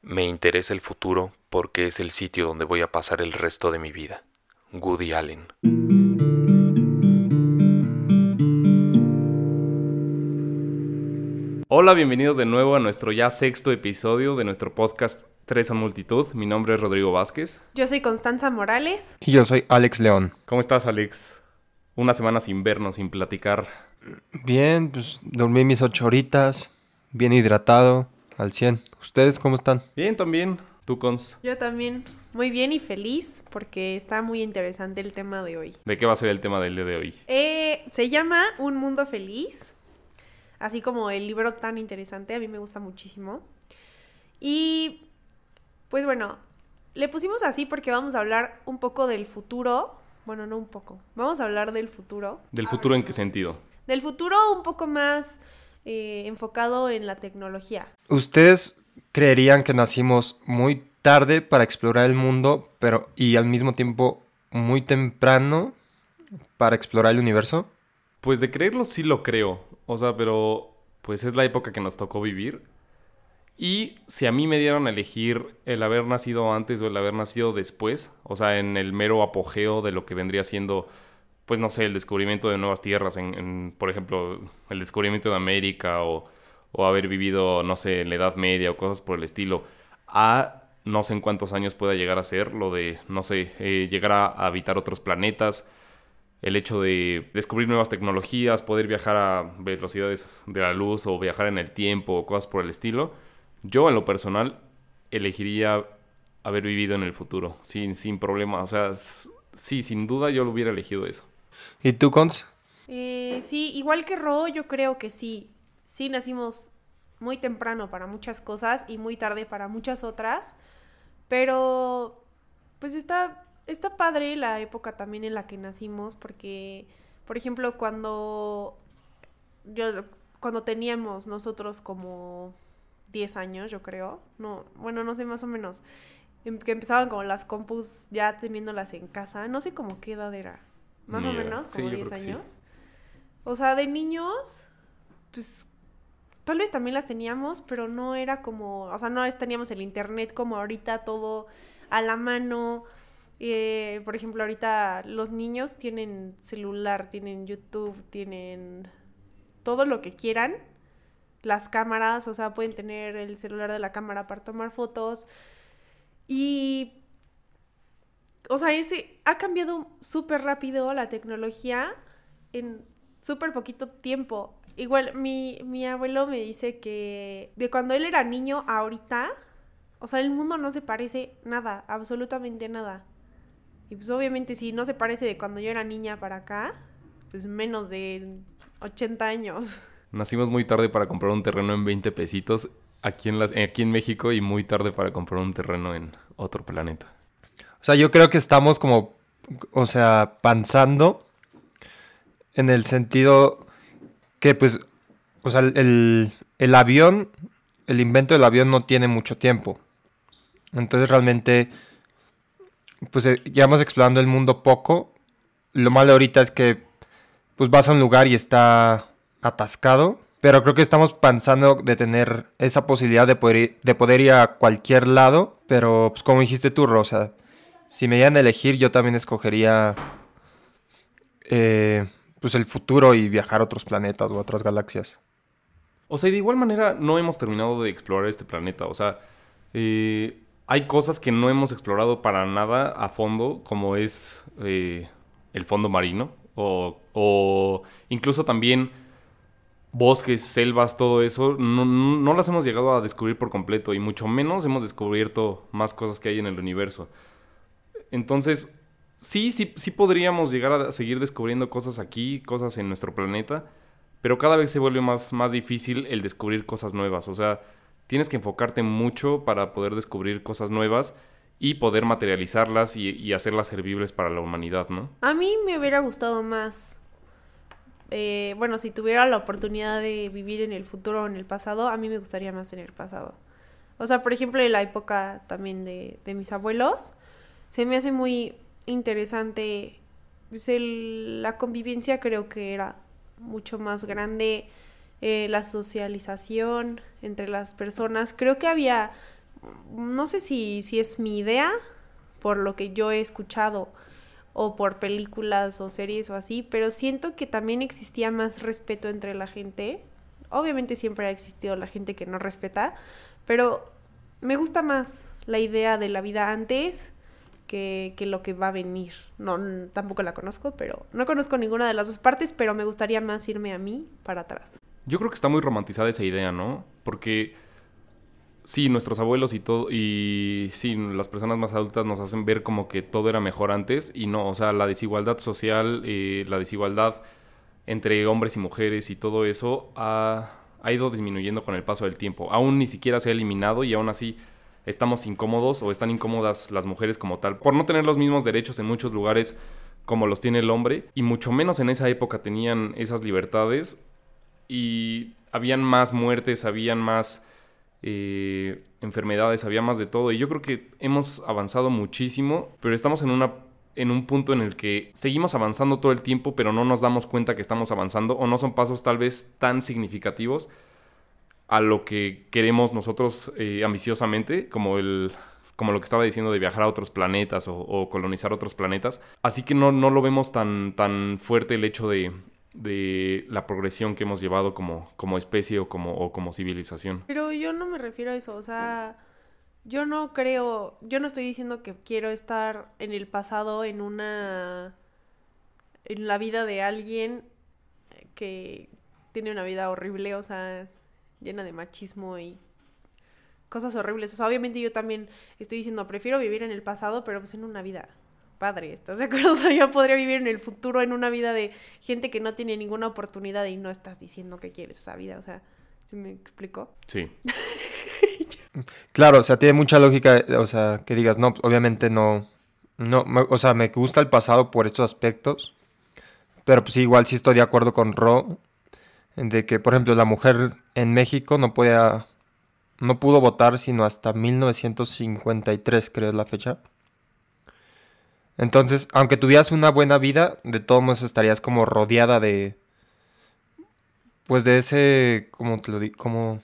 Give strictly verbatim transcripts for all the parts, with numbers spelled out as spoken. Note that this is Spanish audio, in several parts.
Me interesa el futuro porque es el sitio donde voy a pasar el resto de mi vida. Woody Allen. Hola, bienvenidos de nuevo a nuestro ya sexto episodio de nuestro podcast Tres a Multitud. Mi nombre es Rodrigo Vázquez. Yo soy Constanza Morales. Y yo soy Alex León. ¿Cómo estás, Alex? Una semana sin vernos, sin platicar. Bien, pues dormí mis ocho horitas, bien hidratado, al cien. ¿Ustedes cómo están? Bien, también. ¿Tú, Cons? Yo también muy bien y feliz porque está muy interesante el tema de hoy. ¿De qué va a ser el tema del día de hoy? Eh, se llama Un Mundo Feliz, así como el libro tan interesante, a mí me gusta muchísimo. Y pues bueno, le pusimos así porque vamos a hablar un poco del futuro. Bueno, no un poco, vamos a hablar del futuro. ¿Del futuro en qué sentido? Del futuro un poco más eh, enfocado en la tecnología. ¿Ustedes creerían que nacimos muy tarde para explorar el mundo, pero y al mismo tiempo muy temprano para explorar el universo? Pues de creerlo sí lo creo. O sea, pero pues es la época que nos tocó vivir. Y si a mí me dieran a elegir el haber nacido antes o el haber nacido después, o sea, en el mero apogeo de lo que vendría siendo, pues no sé, el descubrimiento de nuevas tierras, en, en por ejemplo, el descubrimiento de América o, o haber vivido, no sé, en la Edad Media o cosas por el estilo, a no sé en cuántos años pueda llegar a ser lo de, no sé, eh, llegar a, a habitar otros planetas, el hecho de descubrir nuevas tecnologías, poder viajar a velocidades de la luz o viajar en el tiempo o cosas por el estilo. Yo, en lo personal, elegiría haber vivido en el futuro, sin, sin problema. O sea, s- sí, sin duda yo lo hubiera elegido eso. ¿Y tú, Cons? Eh, sí, igual que Ro, yo creo que sí. Sí nacimos muy temprano para muchas cosas y muy tarde para muchas otras. Pero pues está, está padre la época también en la que nacimos porque, por ejemplo, cuando yo, cuando teníamos nosotros como diez años, yo creo, no, bueno, no sé, más o menos, em- que empezaban como las compus ya teniéndolas en casa, no sé como qué edad era, más Ni o idea. menos, Sí, como yo diez creo que sí. años. O sea, de niños, pues tal vez también las teníamos, pero no era como, o sea, no es- teníamos el internet como ahorita todo a la mano. Eh, por ejemplo, ahorita los niños tienen celular, tienen YouTube, tienen todo lo que quieran. Las cámaras, o sea, pueden tener el celular de la cámara para tomar fotos. Y, o sea, ese ha cambiado súper rápido la tecnología en súper poquito tiempo. Igual, mi, mi abuelo me dice que de cuando él era niño a ahorita, o sea, el mundo no se parece nada, absolutamente nada. Y pues obviamente si no se parece de cuando yo era niña para acá, pues menos de ochenta años. Nacimos muy tarde para comprar un terreno en veinte pesitos aquí en, las, aquí en México y muy tarde para comprar un terreno en otro planeta. O sea, yo creo que estamos como, o sea, pensando en el sentido que, pues, o sea, el, el avión, el invento del avión no tiene mucho tiempo. Entonces realmente, pues, eh, llevamos explorando el mundo poco. Lo malo ahorita es que pues vas a un lugar y está atascado. Pero creo que estamos pensando de tener esa posibilidad de poder ir, de poder ir a cualquier lado. Pero pues como dijiste tú, Rosa, si me dieran a elegir, yo también escogería eh, pues el futuro y viajar a otros planetas o a otras galaxias. O sea, y de igual manera no hemos terminado de explorar este planeta. O sea, eh, hay cosas que no hemos explorado para nada a fondo, como es eh, el fondo marino. O, o incluso también bosques, selvas, todo eso. No, no, no las hemos llegado a descubrir por completo. Y mucho menos hemos descubierto más cosas que hay en el universo. Entonces, sí, sí, sí podríamos llegar a seguir descubriendo cosas aquí, cosas en nuestro planeta, pero cada vez se vuelve más, más difícil el descubrir cosas nuevas. O sea, tienes que enfocarte mucho para poder descubrir cosas nuevas y poder materializarlas y, y hacerlas servibles para la humanidad, ¿no? A mí me hubiera gustado más, eh, bueno, si tuviera la oportunidad de vivir en el futuro o en el pasado, a mí me gustaría más en el pasado. O sea, por ejemplo, en la época también de, de mis abuelos, se me hace muy interesante, pues, el- la convivencia creo que era mucho más grande, eh, la socialización entre las personas. Creo que había no sé si, si es mi idea, por lo que yo he escuchado, o por películas o series o así, pero siento que también existía más respeto entre la gente. Obviamente siempre ha existido la gente que no respeta, pero me gusta más la idea de la vida antes que, que lo que va a venir. No, n- tampoco la conozco, pero no conozco ninguna de las dos partes, pero me gustaría más irme a mí para atrás. Yo creo que está muy romantizada esa idea, ¿no? Porque sí, nuestros abuelos y todo, y sí, las personas más adultas nos hacen ver como que todo era mejor antes y no, o sea, la desigualdad social, eh, la desigualdad entre hombres y mujeres y todo eso ha, ha ido disminuyendo con el paso del tiempo. Aún ni siquiera se ha eliminado y aún así estamos incómodos o están incómodas las mujeres como tal por no tener los mismos derechos en muchos lugares como los tiene el hombre y mucho menos en esa época tenían esas libertades y habían más muertes, habían más eh, enfermedades, había más de todo. Y yo creo que hemos avanzado muchísimo, pero estamos en una en un punto en el que seguimos avanzando todo el tiempo, pero no nos damos cuenta que estamos avanzando o no son pasos tal vez tan significativos a lo que queremos nosotros eh, ambiciosamente, como el como lo que estaba diciendo de viajar a otros planetas o, o colonizar otros planetas. Así que no, no lo vemos tan, tan fuerte el hecho de, de la progresión que hemos llevado como, como especie o como, o como civilización. Pero yo no me refiero a eso, o sea, yo no creo, yo no estoy diciendo que quiero estar en el pasado en una, en la vida de alguien que tiene una vida horrible, o sea, llena de machismo y cosas horribles. O sea, obviamente yo también estoy diciendo, prefiero vivir en el pasado, pero pues en una vida padre, ¿estás de acuerdo? O sea, yo podría vivir en el futuro en una vida de gente que no tiene ninguna oportunidad y no estás diciendo que quieres esa vida, o sea, ¿sí me explico? Sí. Claro, o sea, tiene mucha lógica, o sea, que digas, no, pues, obviamente no, no, me- o sea, me gusta el pasado por estos aspectos, pero pues sí, igual sí estoy de acuerdo con Ro, en de que, por ejemplo, la mujer en México no podía, no pudo votar sino hasta mil novecientos cincuenta y tres, creo es la fecha. Entonces, aunque tuvieras una buena vida, de todos modos estarías como rodeada de, pues de ese, ¿cómo te lo digo? Como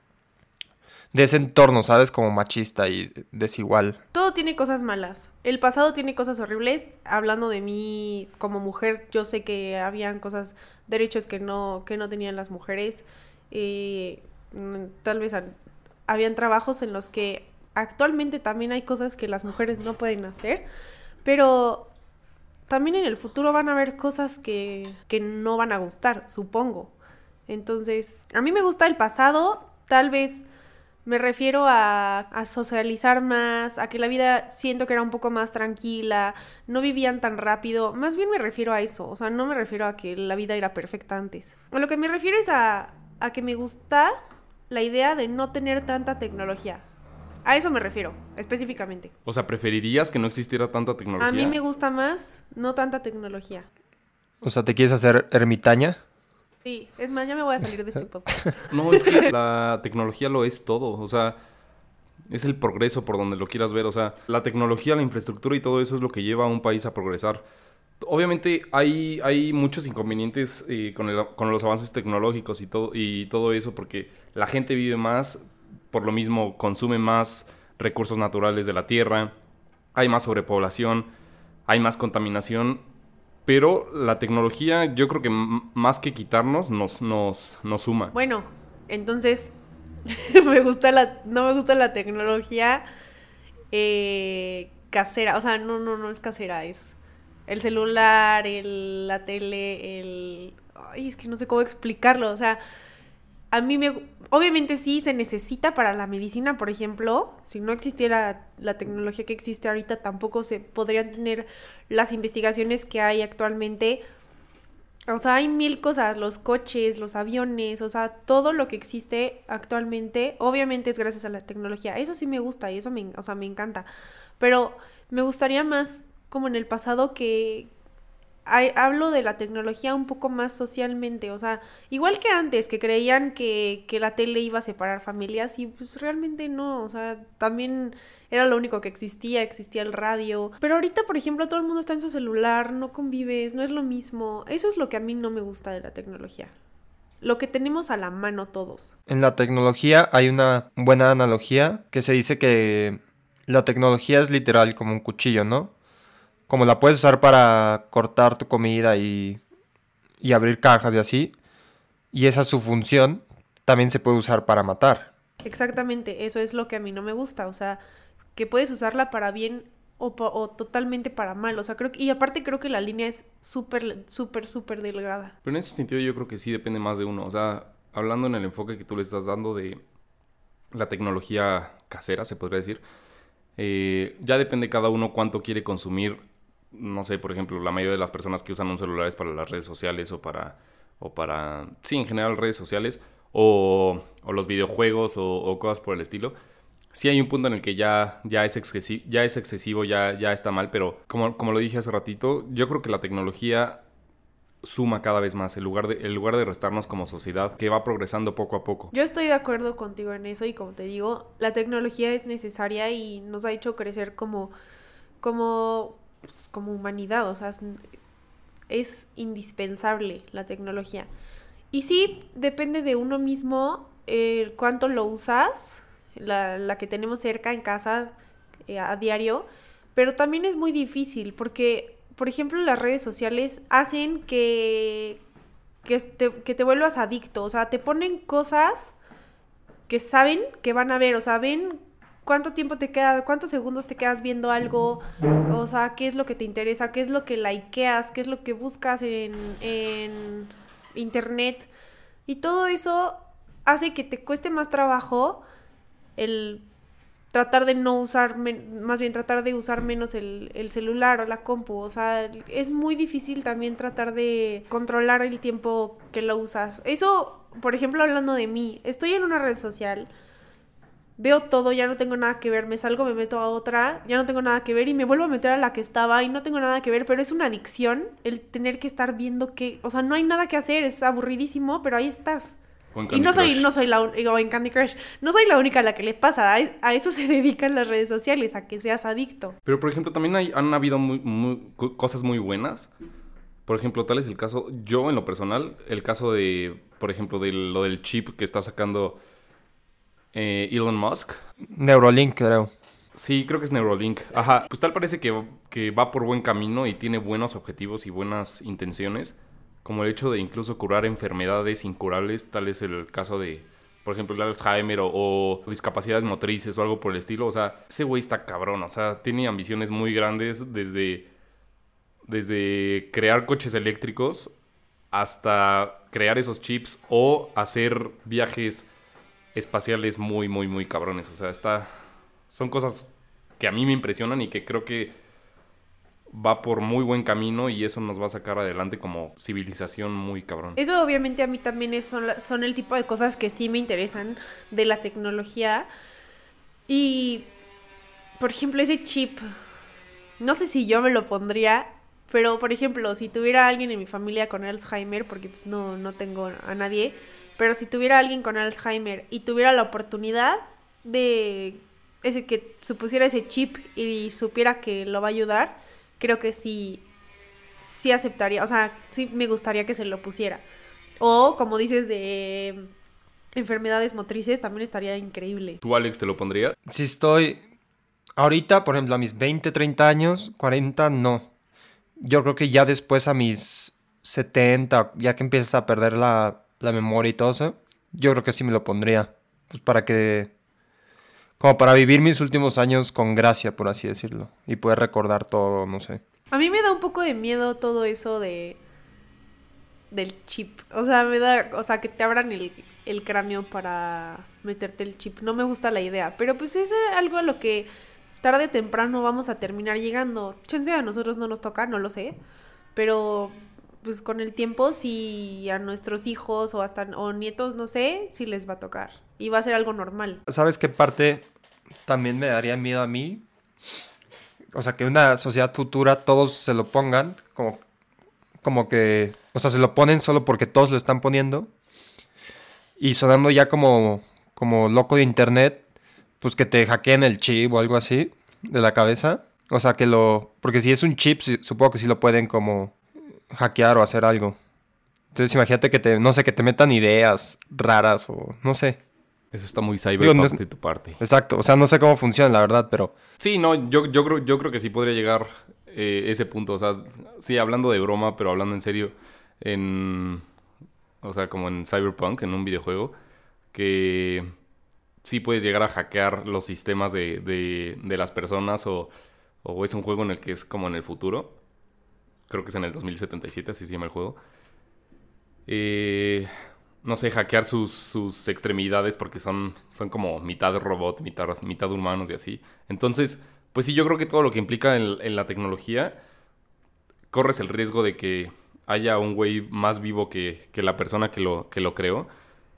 de ese entorno, ¿sabes? Como machista y desigual. Todo tiene cosas malas. El pasado tiene cosas horribles. Hablando de mí como mujer, yo sé que habían cosas, derechos que no, que no tenían las mujeres. Eh, mm, tal vez han- habían trabajos en los que actualmente también hay cosas que las mujeres no pueden hacer. Pero también en el futuro van a haber cosas que, que no van a gustar, supongo. Entonces, a mí me gusta el pasado, tal vez me refiero a, a socializar más, a que la vida siento que era un poco más tranquila, no vivían tan rápido. Más bien me refiero a eso, o sea, no me refiero a que la vida era perfecta antes. A lo que me refiero es a, a que me gusta la idea de no tener tanta tecnología. A eso me refiero, específicamente. O sea, ¿preferirías que no existiera tanta tecnología? A mí me gusta más no tanta tecnología. O sea, ¿te quieres hacer ermitaña? Sí, es más, ya me voy a salir de este podcast. No, es que la tecnología lo es todo, o sea, es el progreso por donde lo quieras ver, o sea, la tecnología, la infraestructura y todo eso es lo que lleva a un país a progresar. Obviamente hay, hay muchos inconvenientes eh, con, el- con los avances tecnológicos y todo, y todo eso porque la gente vive más, por lo mismo consume más recursos naturales de la tierra, hay más sobrepoblación, hay más contaminación, pero la tecnología yo creo que m- más que quitarnos nos, nos, nos suma. Bueno, entonces, me gusta la, no me gusta la tecnología eh, casera. O sea, no, no, no es casera, es el celular, el, la tele, el... Ay, es que no sé cómo explicarlo. O sea, a mí me... Obviamente sí se necesita para la medicina, por ejemplo. Si no existiera la tecnología que existe ahorita, tampoco se podrían tener las investigaciones que hay actualmente. O sea, hay mil cosas, los coches, los aviones, o sea, todo lo que existe actualmente, obviamente es gracias a la tecnología. Eso sí me gusta y eso me, o sea, me encanta. Pero me gustaría más como en el pasado que hay- hablo de la tecnología un poco más socialmente, o sea, igual que antes, que creían que, que la tele iba a separar familias y pues realmente no, o sea, también era lo único que existía, existía el radio, pero ahorita, por ejemplo, todo el mundo está en su celular, no convives, no es lo mismo, eso es lo que a mí no me gusta de la tecnología. lo que tenemos a la mano todos. En la tecnología hay una buena analogía que se dice que la tecnología es literal como un cuchillo, ¿no? Como la puedes usar para cortar tu comida y, y abrir cajas y así, y esa es su función, también se puede usar para matar. Exactamente, eso es lo que a mí no me gusta, o sea, que puedes usarla para bien o, po- o totalmente para mal, o sea, creo que, y aparte creo que la línea es súper, súper, súper delgada. Pero en ese sentido yo creo que sí depende más de uno. O sea, hablando en el enfoque que tú le estás dando de la tecnología casera, se podría decir, eh, ya depende cada uno cuánto quiere consumir. No sé, por ejemplo, la mayoría de las personas que usan un celular es para las redes sociales o para, o para, sí, en general redes sociales o, o los videojuegos o, o cosas por el estilo. Sí hay un punto en el que ya, ya, es, excesi- ya es excesivo, ya, ya está mal, pero como, como lo dije hace ratito, yo creo que la tecnología suma cada vez más, en lugar de, en lugar de restarnos como sociedad, que va progresando poco a poco. Yo estoy de acuerdo contigo en eso y como te digo, la tecnología es necesaria y nos ha hecho crecer como, como, pues, como humanidad, o sea, es, es indispensable la tecnología. Y sí, depende de uno mismo eh, cuánto lo usas, la, la que tenemos cerca en casa eh, a diario, pero también es muy difícil porque, por ejemplo, las redes sociales hacen que, que, te, que te vuelvas adicto, o sea, te ponen cosas que saben que van a ver, o sea, ven cuánto tiempo te queda, cuántos segundos te quedas viendo algo, o sea, qué es lo que te interesa, qué es lo que likeas, qué es lo que buscas en, en internet, y todo eso hace que te cueste más trabajo el tratar de no usar, men- más bien tratar de usar menos el, el celular o la compu, o sea, es muy difícil también tratar de controlar el tiempo que lo usas. Eso, por ejemplo, hablando de mí, estoy en una red social, veo todo, ya no tengo nada que ver, me salgo, me meto a otra, ya no tengo nada que ver y me vuelvo a meter a la que estaba y no tengo nada que ver, pero es una adicción el tener que estar viendo que, o sea, no hay nada que hacer, es aburridísimo, pero ahí estás. O en Y Candy no soy, Crush. no soy la única, o en Candy Crush, no soy la única a la que le pasa, a, a eso se dedican las redes sociales, a que seas adicto. Pero, por ejemplo, también hay, han habido muy, muy- co- cosas muy buenas. Por ejemplo, tal es el caso, yo en lo personal, el caso de, por ejemplo, de lo del chip que está sacando eh, Elon Musk. Neurolink, creo. Sí, creo que es Neuralink. Ajá, pues tal parece que, que va por buen camino y tiene buenos objetivos y buenas intenciones. Como el hecho de incluso curar enfermedades incurables, tal es el caso de, por ejemplo, el Alzheimer o, o discapacidades motrices o algo por el estilo. O sea, ese güey está cabrón, o sea, tiene ambiciones muy grandes desde, desde crear coches eléctricos hasta crear esos chips o hacer viajes espaciales muy, muy, muy cabrones. O sea, está... Son cosas que a mí me impresionan y que creo que va por muy buen camino y eso nos va a sacar adelante como civilización muy cabrón. Eso obviamente a mí también es, son, la- son el tipo de cosas que sí me interesan de la tecnología. Y, por ejemplo, ese chip, no sé si yo me lo pondría, pero, por ejemplo, si tuviera alguien en mi familia con Alzheimer, porque pues no, no tengo a nadie, pero si tuviera alguien con Alzheimer y tuviera la oportunidad de ese que supusiera ese chip y supiera que lo va a ayudar, creo que sí, sí aceptaría, o sea, sí me gustaría que se lo pusiera. O, como dices, de enfermedades motrices, también estaría increíble. ¿Tú, Alex, te lo pondrías? Si estoy ahorita, por ejemplo, a mis veinte, treinta años, cuarenta, no. Yo creo que ya después a mis setenta, ya que empiezas a perder la, la memoria y todo eso, yo creo que sí me lo pondría. Pues para que... Como para vivir mis últimos años con gracia, por así decirlo. Y poder recordar todo, no sé. A mí me da un poco de miedo todo eso de del chip. O sea, me da, o sea, que te abran el, el cráneo para meterte el chip. No me gusta la idea, pero pues es algo a lo que tarde o temprano vamos a terminar llegando. Chance a nosotros no nos toca, no lo sé, pero pues con el tiempo si a nuestros hijos o hasta o nietos, no sé, si les va a tocar y va a ser algo normal. ¿Sabes qué parte también me daría miedo a mí? O sea, que una sociedad futura todos se lo pongan, como, como que, o sea, se lo ponen solo porque todos lo están poniendo. Y sonando ya como, como loco de internet, pues que te hackeen el chip o algo así de la cabeza. O sea, que lo... Porque si es un chip, sí- supongo que sí lo pueden como hackear o hacer algo. Entonces imagínate que te, no sé, que te metan ideas raras o no sé. Eso está muy Digo, cyberpunk no es- de tu parte. Exacto, o sea, no sé cómo funciona, la verdad, pero Sí, no, yo, yo, creo, yo creo que sí podría llegar eh, ese punto. O sea, sí, hablando de broma, pero hablando en serio, en... O sea, como en Cyberpunk, en un videojuego, que sí puedes llegar a hackear los sistemas de, de, de las personas o, o es un juego en el que es como en el futuro. Creo que es en el dos mil setenta y siete, así se llama el juego. Eh, no sé, hackear sus, sus extremidades porque son, son como mitad robot, mitad, mitad humanos y así. Entonces, pues sí, yo creo que todo lo que implica en, en la tecnología, corres el riesgo de que haya un güey más vivo que, que la persona que lo, que lo creó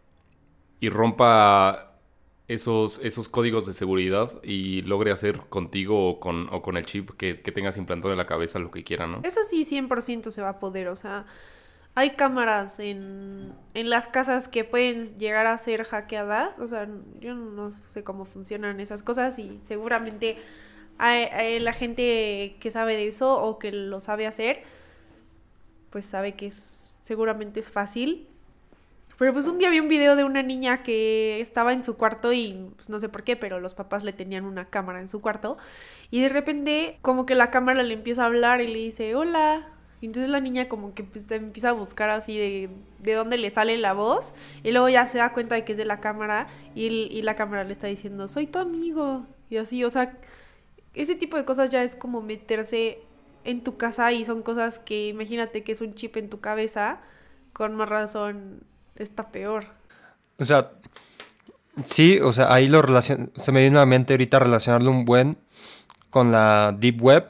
y rompa esos, esos códigos de seguridad y logre hacer contigo o con, o con el chip que, que tengas implantado en la cabeza lo que quiera, ¿no? Eso sí, cien por ciento se va a poder, o sea, hay cámaras en, en las casas que pueden llegar a ser hackeadas, o sea, yo no sé cómo funcionan esas cosas y seguramente hay, hay la gente que sabe de eso o que lo sabe hacer, pues sabe que es, seguramente es fácil. Pero pues un día vi un video de una niña que estaba en su cuarto y pues no sé por qué, pero los papás le tenían una cámara en su cuarto y de repente como que la cámara le empieza a hablar y le dice hola. Y entonces la niña como que pues, empieza a buscar así de, de dónde le sale la voz y luego ya se da cuenta de que es de la cámara y, y la cámara le está diciendo soy tu amigo y así, o sea, ese tipo de cosas ya es como meterse en tu casa y son cosas que imagínate que es un chip en tu cabeza, con más razón está peor. o sea, sí, o sea, ahí lo relacion... se me viene a la mente ahorita relacionarlo un buen con la Deep Web,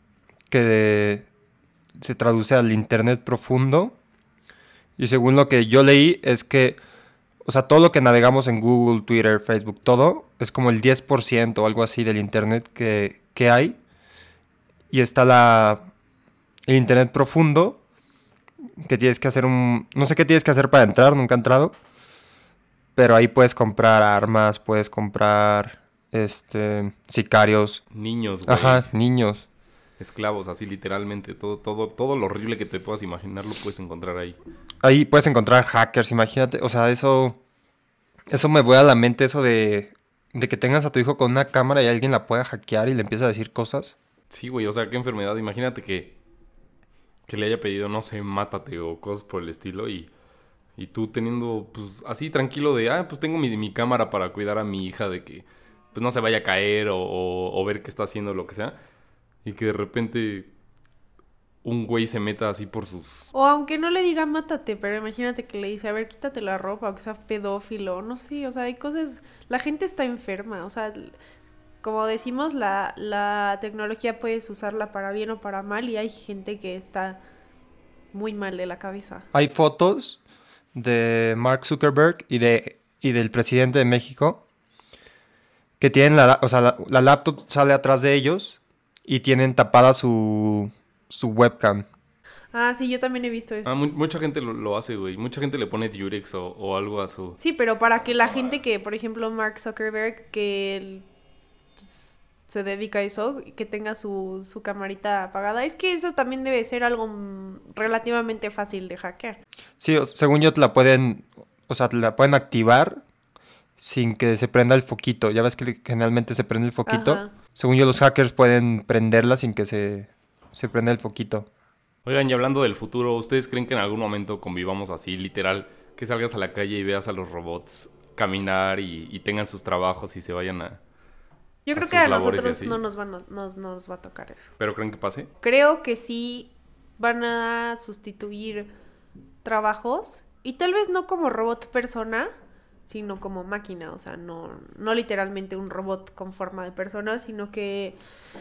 que se traduce al Internet profundo. Y según lo que yo leí, es que, o sea, todo lo que navegamos en Google, Twitter, Facebook, todo, es como el diez por ciento o algo así del Internet que, que hay. Y está la, el Internet profundo, que tienes que hacer un... No sé qué tienes que hacer para entrar, nunca he entrado. Pero ahí puedes comprar armas, puedes comprar, este, sicarios. Niños, güey. Ajá, niños. Esclavos, así literalmente. Todo, todo, todo lo horrible que te puedas imaginar lo puedes encontrar ahí. Ahí puedes encontrar hackers, imagínate. O sea, eso... Eso me vuela a la mente, eso de... De que tengas a tu hijo con una cámara y alguien la pueda hackear y le empieza a decir cosas. Sí, güey, o sea, qué enfermedad. Imagínate que, que le haya pedido, no sé, mátate o cosas por el estilo y, y tú teniendo, pues, así tranquilo de, ah, pues tengo mi, mi cámara para cuidar a mi hija de que, pues, no se vaya a caer o, o, o ver qué está haciendo, lo que sea. Y que de repente un güey se meta así por sus... O aunque no le diga mátate, pero imagínate que le dice, a ver, quítate la ropa, o que sea pedófilo, no sé, o sea, hay cosas, la gente está enferma, o sea, como decimos, la, la tecnología puedes usarla para bien o para mal y hay gente que está muy mal de la cabeza. Hay fotos de Mark Zuckerberg y, de, y del presidente de México que tienen la, o sea, la, la laptop sale atrás de ellos y tienen tapada su, su webcam. Ah, sí, yo también he visto eso. Ah, mu- mucha gente lo, lo hace, güey. Mucha gente le pone Durex o, o algo a su... Sí, pero para que la gente que, por ejemplo, Mark Zuckerberg, que él, pues, se dedica a eso, que tenga su, su camarita apagada, es que eso también debe ser algo mm, relativamente fácil de hackear. Sí, o- según yo te la pueden, o sea, te la pueden activar sin que se prenda el foquito. Ya ves que generalmente se prende el foquito. Ajá. Según yo, los hackers pueden prenderla sin que se, se prenda el foquito. Oigan, y hablando del futuro, ¿ustedes creen que en algún momento convivamos así, literal, que salgas a la calle y veas a los robots caminar y, y tengan sus trabajos y se vayan a... Yo a creo sus que a labores y nosotros así? no nos, van a- nos, nos va a tocar eso. ¿Pero creen que pase? Creo que sí van a sustituir trabajos y tal vez no como robot persona, sino como máquina, o sea, no, no literalmente un robot con forma de persona, sino que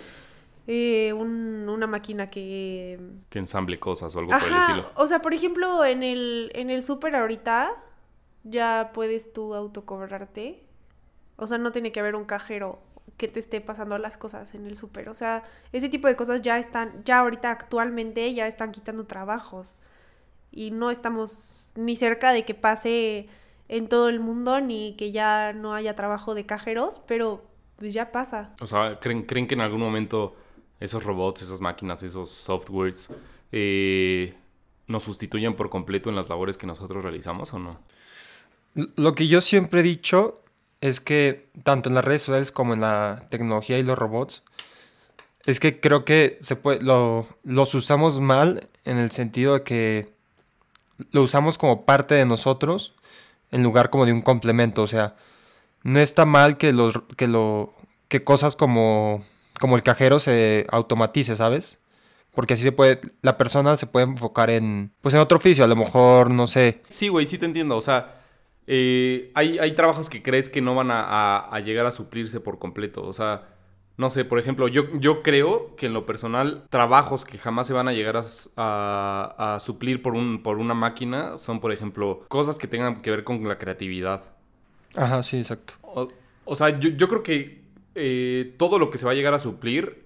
eh, un- una máquina que... Que ensamble cosas o algo por el Ajá, estilo. o sea, por ejemplo, en el, en el súper ahorita ya puedes tú autocobrarte, o sea, no tiene que haber un cajero que te esté pasando las cosas en el súper, o sea, ese tipo de cosas ya están, ya ahorita actualmente ya están quitando trabajos y no estamos ni cerca de que pase en todo el mundo ni que ya no haya trabajo de cajeros, pero pues ya pasa. O sea, ¿creen, ¿creen que en algún momento esos robots, esas máquinas, esos softwares, eh, nos sustituyan por completo en las labores que nosotros realizamos o no? Lo que yo siempre he dicho es que tanto en las redes sociales como en la tecnología y los robots, es que creo que se puede, lo, los usamos mal en el sentido de que lo usamos como parte de nosotros en lugar como de un complemento. O sea, no está mal que los que lo que cosas como, como el cajero se automatice, ¿sabes? Porque así se puede, la persona se puede enfocar en, pues en otro oficio, a lo mejor, no sé. Sí, güey, sí te entiendo. O sea, eh, hay, hay trabajos que crees que no van a, a, a llegar a suplirse por completo. O sea, no sé, por ejemplo, yo, yo creo que en lo personal, trabajos que jamás se van a llegar a, a, a suplir por, un, por una máquina son, por ejemplo, cosas que tengan que ver con la creatividad. Ajá, sí, exacto. O, o sea, yo, yo creo que eh, todo lo que se va a llegar a suplir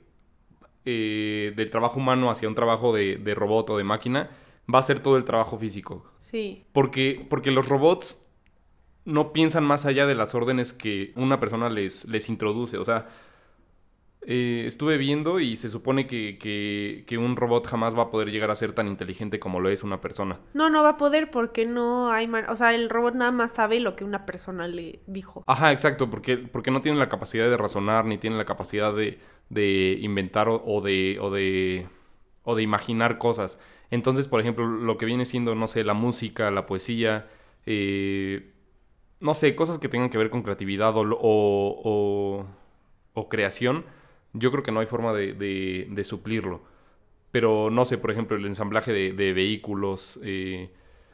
eh, del trabajo humano hacia un trabajo de, de robot o de máquina va a ser todo el trabajo físico. Sí. Porque, porque los robots no piensan más allá de las órdenes que una persona les, les introduce. O sea, eh, estuve viendo y se supone que, que, que un robot jamás va a poder llegar a ser tan inteligente como lo es una persona. No, no va a poder porque no hay... Man- o sea, el robot nada más sabe lo que una persona le dijo. Ajá, exacto, porque, porque no tienen la capacidad de razonar, ni tienen la capacidad de, de inventar o, o de, o de o de imaginar cosas. Entonces, por ejemplo, lo que viene siendo, no sé, la música, la poesía, eh, no sé, cosas que tengan que ver con creatividad o, o, o, o creación, yo creo que no hay forma de, de, de suplirlo. Pero, no sé, por ejemplo, el ensamblaje de, de vehículos, eh,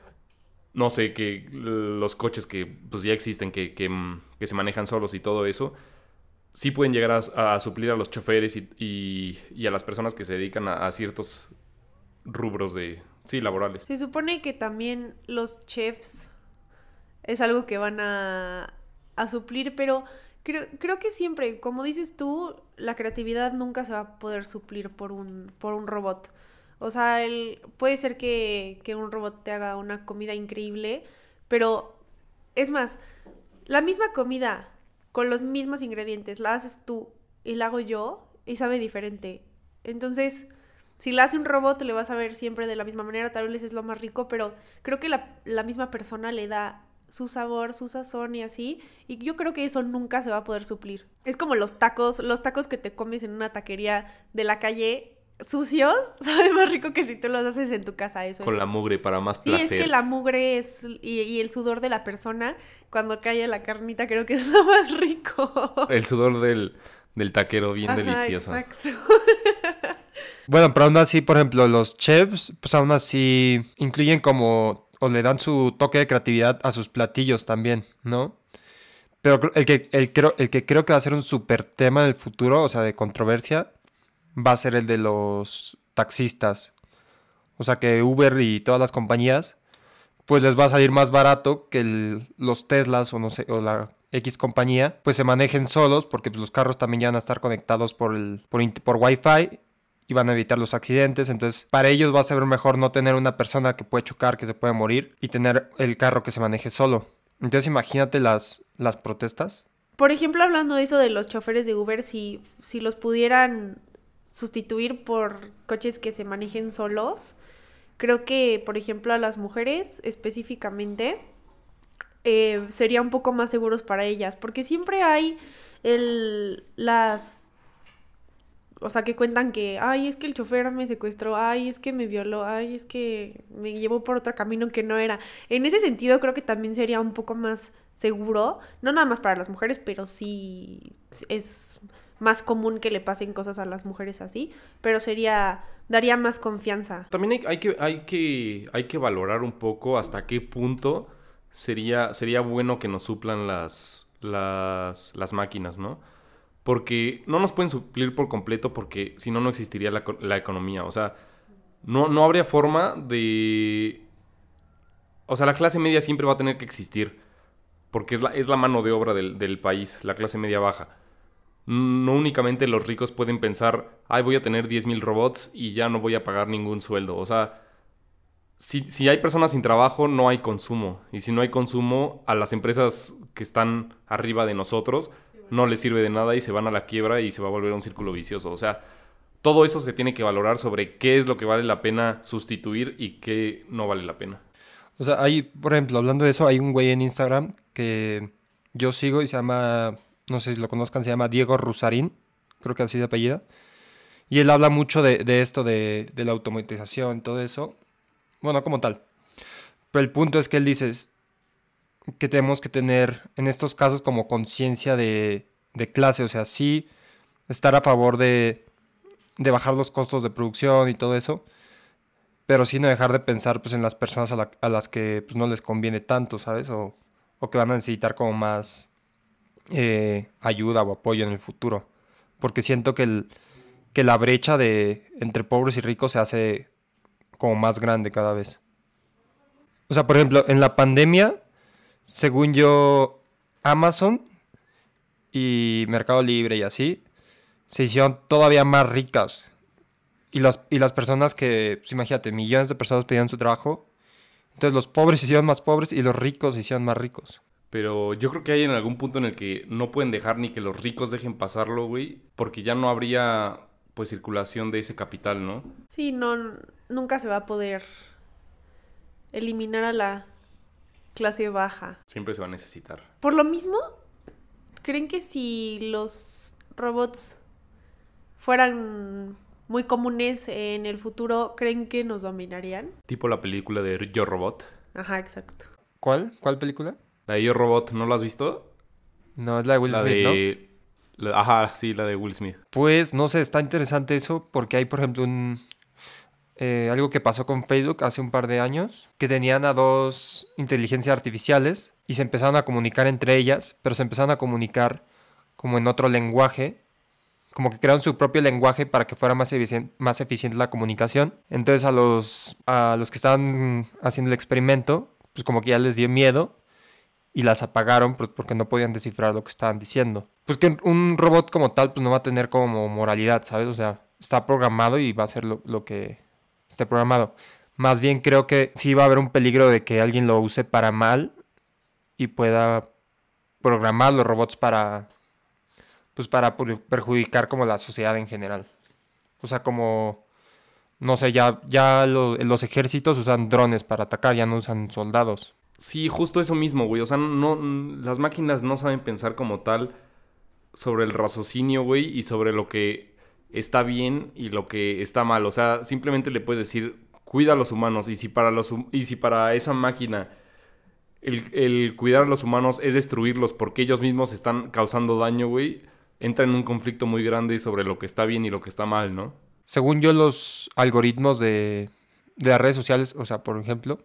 no sé, que los coches que pues ya existen, que, que, que se manejan solos y todo eso, sí pueden llegar a, a suplir a los choferes y, y, y a las personas que se dedican a, a ciertos rubros de, sí, laborales. Se supone que también los chefs es algo que van a, a suplir, pero creo, creo que siempre, como dices tú, la creatividad nunca se va a poder suplir por un, por un robot. O sea, el, puede ser que, que un robot te haga una comida increíble, pero es más, la misma comida con los mismos ingredientes la haces tú y la hago yo y sabe diferente. Entonces, si la hace un robot le vas a ver siempre de la misma manera, tal vez es lo más rico, pero creo que la, la misma persona le da su sabor, su sazón y así, y yo creo que eso nunca se va a poder suplir. Es como los tacos, los tacos que te comes en una taquería de la calle sucios, sabe más rico que si tú los haces en tu casa. Eso Con es. la mugre para más Sí, placer. es que la mugre es y, y el sudor de la persona cuando cae la carnita creo que es lo más rico. El sudor del, del taquero, bien Ajá, delicioso. Exacto. Bueno, pero aún así, por ejemplo, los chefs, pues aún así incluyen como, o le dan su toque de creatividad a sus platillos también, ¿no? Pero cre- el que, el, creo, el que creo que va a ser un súper tema en el futuro, o sea, de controversia, va a ser el de los taxistas. O sea, que Uber y todas las compañías, pues les va a salir más barato que el- los Teslas o no sé, o la X compañía, pues se manejen solos porque pues, los carros también ya van a estar conectados por el por, int- por Wi-Fi y van a evitar los accidentes. Entonces, para ellos va a ser mejor no tener una persona que puede chocar, que se puede morir, y tener el carro que se maneje solo. Entonces, imagínate las, las protestas. Por ejemplo, hablando de eso de los choferes de Uber, si, si los pudieran sustituir por coches que se manejen solos, creo que, por ejemplo, a las mujeres específicamente, eh, sería un poco más seguros para ellas, porque siempre hay el, las... O sea, que cuentan que, ay, es que el chofer me secuestró, ay, es que me violó, ay, es que me llevó por otro camino que no era. En ese sentido, creo que también sería un poco más seguro, no nada más para las mujeres, pero sí es más común que le pasen cosas a las mujeres así, pero sería, daría más confianza. También hay, hay que, hay, que, hay que valorar un poco hasta qué punto sería, sería bueno que nos suplan las, las, las máquinas, ¿no? Porque no nos pueden suplir por completo porque si no, no existiría la, la economía. O sea, no, no habría forma de... O sea, la clase media siempre va a tener que existir porque es la, es la mano de obra del, del país, la clase media baja. No únicamente los ricos pueden pensar, ay, voy a tener diez mil robots y ya no voy a pagar ningún sueldo. O sea, si, si hay personas sin trabajo, no hay consumo. Y si no hay consumo, a las empresas que están arriba de nosotros no les sirve de nada y se van a la quiebra y se va a volver un círculo vicioso. O sea, todo eso se tiene que valorar sobre qué es lo que vale la pena sustituir y qué no vale la pena. O sea, hay, por ejemplo, hablando de eso, hay un güey en Instagram que yo sigo y se llama, no sé si lo conozcan, se llama Diego Rusarín, creo que así de apellida. Y él habla mucho de, de esto, de, de la automatización, todo eso. Bueno, como tal. Pero el punto es que él dice es que tenemos que tener, en estos casos, como conciencia de, de clase. O sea, sí estar a favor de, de bajar los costos de producción y todo eso. Pero sí no dejar de pensar pues en las personas a, la- a las que pues, no les conviene tanto, ¿sabes? O, o que van a necesitar como más eh, ayuda o apoyo en el futuro. Porque siento que, el, que la brecha de entre pobres y ricos se hace como más grande cada vez. O sea, por ejemplo, en la pandemia, según yo, Amazon y Mercado Libre y así, se hicieron todavía más ricas. Y las, y las personas que, pues imagínate, millones de personas pedían su trabajo. Entonces los pobres se hicieron más pobres y los ricos se hicieron más ricos. Pero yo creo que hay en algún punto en el que no pueden dejar ni que los ricos dejen pasarlo, güey, porque ya no habría, pues, circulación de ese capital, ¿no? Sí, no, nunca se va a poder eliminar a la clase baja. Siempre se va a necesitar. Por lo mismo, ¿creen que si los robots fueran muy comunes en el futuro, creen que nos dominarían? Tipo la película de Yo Robot. Ajá, exacto. ¿Cuál? ¿Cuál película? La de Yo Robot, ¿no la has visto? No, es la de Will la Smith, de... la- Ajá, sí, la de Will Smith. ¿no? Pues, no sé, está interesante eso porque hay, por ejemplo, un... eh, algo que pasó con Facebook hace un par de años, que tenían a dos inteligencias artificiales y se empezaron a comunicar entre ellas, pero se empezaron a comunicar como en otro lenguaje, como que crearon su propio lenguaje para que fuera más eficien- más eficiente la comunicación. Entonces a los, a los que estaban haciendo el experimento, pues como que ya les dio miedo y las apagaron pues, porque no podían descifrar lo que estaban diciendo. Pues que un robot como tal pues no va a tener como moralidad, ¿sabes? O sea, está programado y va a hacer lo, lo que esté programado. Más bien creo que sí va a haber un peligro de que alguien lo use para mal y pueda programar los robots para pues para per- perjudicar como la sociedad en general. O sea, como no sé, ya ya lo- los ejércitos usan drones para atacar, ya no usan soldados. Sí, justo eso mismo, güey. O sea, no, n- las máquinas no saben pensar como tal sobre el raciocinio, güey, y sobre lo que está bien y lo que está mal. O sea, simplemente le puedes decir, cuida a los humanos. Y si para los hum- y si para esa máquina el, el cuidar a los humanos es destruirlos porque ellos mismos están causando daño, güey, entra en un conflicto muy grande sobre lo que está bien y lo que está mal, ¿no? Según yo, los algoritmos de, de las redes sociales, o sea, por ejemplo,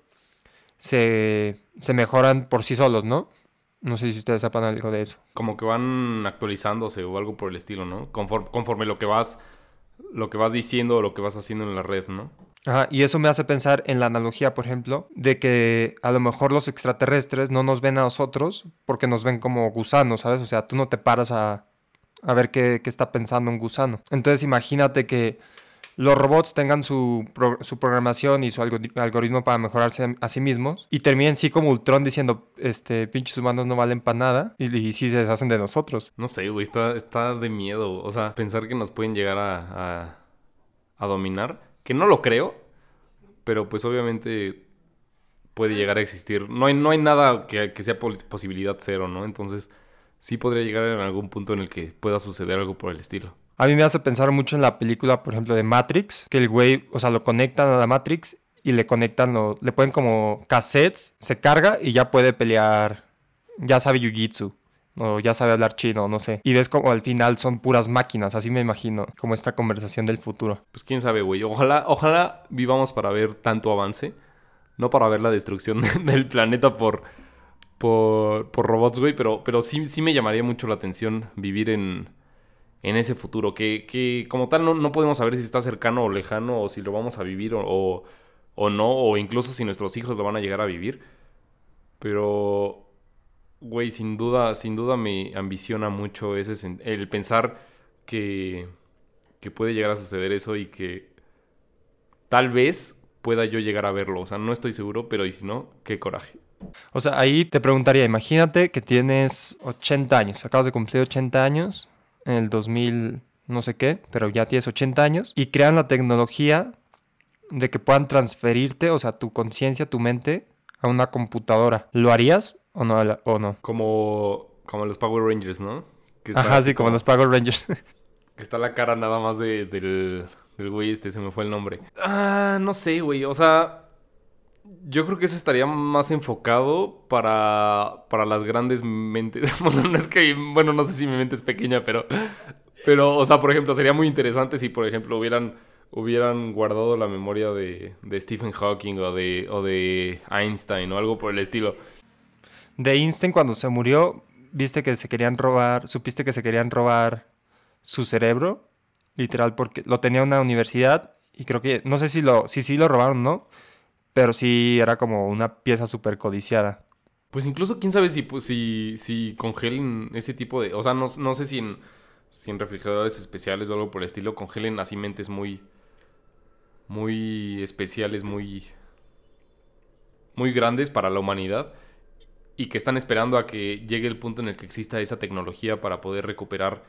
se, se mejoran por sí solos, ¿no? No sé si ustedes sepan algo de eso. Como que van actualizándose o algo por el estilo, ¿no? Conforme, conforme lo que vas lo que vas diciendo o lo que vas haciendo en la red, ¿no? Ajá, y eso me hace pensar en la analogía, por ejemplo, de que a lo mejor los extraterrestres no nos ven a nosotros porque nos ven como gusanos, ¿sabes? O sea, tú no te paras a, a ver qué, qué está pensando un gusano. Entonces imagínate que los robots tengan su, pro- su programación y su algori- algoritmo para mejorarse a sí mismos y terminen sí como Ultron diciendo, este, pinches humanos no valen para nada y, y sí se deshacen de nosotros. No sé, güey, está, está de miedo. O sea, pensar que nos pueden llegar a, a, a dominar, que no lo creo, pero pues obviamente puede llegar a existir. No hay, no hay nada que, que sea pos- posibilidad cero, ¿no? Entonces sí podría llegar en algún punto en el que pueda suceder algo por el estilo. A mí me hace pensar mucho en la película, por ejemplo, de Matrix, que el güey, o sea, lo conectan a la Matrix y le conectan, lo- le ponen como cassettes, se carga y ya puede pelear, ya sabe jiu-jitsu, o ya sabe hablar chino, no sé. Y ves como al final son puras máquinas, así me imagino, como esta conversación del futuro. Pues quién sabe, güey. Ojalá, ojalá vivamos para ver tanto avance. No para ver la destrucción del planeta por, por, por robots, güey. Pero, pero sí, sí me llamaría mucho la atención vivir en, en ese futuro. Que, que como tal no, no podemos saber si está cercano o lejano. O si lo vamos a vivir o, o, o no. O incluso si nuestros hijos lo van a llegar a vivir. Pero, güey, sin duda, sin duda me ambiciona mucho ese sen- el pensar que, que puede llegar a suceder eso y que tal vez pueda yo llegar a verlo. O sea, no estoy seguro, pero y si no, qué coraje. O sea, ahí te preguntaría, imagínate que tienes ochenta años, acabas de cumplir ochenta años en el dos mil no sé qué, pero ya tienes ochenta años, y crean la tecnología de que puedan transferirte, o sea, tu conciencia, tu mente, a una computadora. ¿Lo harías o no? O no? Como, como los Power Rangers, ¿no? Que está Ajá, así sí, como los Power Rangers. Que está la cara nada más de, del, del güey este, se me fue el nombre. Ah, no sé, güey. O sea, yo creo que eso estaría más enfocado para, para las grandes mentes. Bueno, no es que, bueno, no sé si mi mente es pequeña, pero, pero, o sea, por ejemplo, sería muy interesante si, por ejemplo, hubieran, hubieran guardado la memoria de, de Stephen Hawking o de, o de Einstein o algo por el estilo. De Einstein, cuando se murió, viste que se querían robar, supiste que se querían robar su cerebro, literal, porque lo tenía en una universidad y creo que, no sé si lo, si sí lo robaron, ¿no? Pero sí era como una pieza súper codiciada. Pues incluso quién sabe si, pues, si, si congelen ese tipo de... O sea, no, no sé si en, si en refrigeradores especiales o algo por el estilo congelen así mentes muy... Muy especiales, muy... Muy grandes para la humanidad. Y que están esperando a que llegue el punto en el que exista esa tecnología para poder recuperar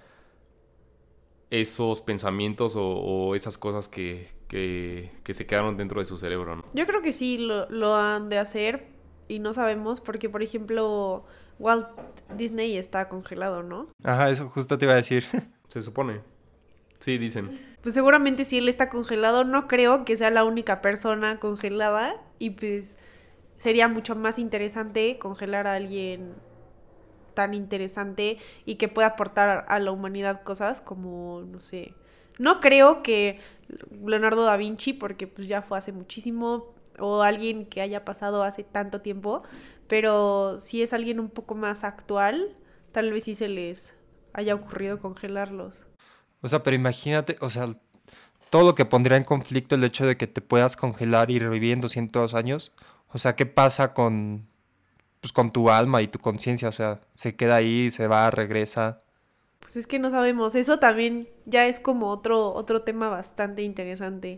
esos pensamientos o, o esas cosas que, que, que se quedaron dentro de su cerebro, ¿no? Yo creo que sí lo, lo han de hacer y no sabemos porque, por ejemplo, Walt Disney está congelado, ¿no? Ajá, eso justo te iba a decir. Se supone. Sí, dicen. Pues seguramente si él está congelado, no creo que sea la única persona congelada y pues sería mucho más interesante congelar a alguien tan interesante y que pueda aportar a la humanidad cosas como, no sé, no creo que Leonardo da Vinci, porque pues ya fue hace muchísimo, o alguien que haya pasado hace tanto tiempo, pero si es alguien un poco más actual, tal vez sí se les haya ocurrido congelarlos. O sea, pero imagínate, o sea, todo lo que pondría en conflicto el hecho de que te puedas congelar y revivir en doscientos años. O sea, ¿qué pasa con, pues, con tu alma y tu conciencia? O sea, se queda ahí, se va, regresa. Pues es que no sabemos, eso también ya es como otro, otro tema bastante interesante,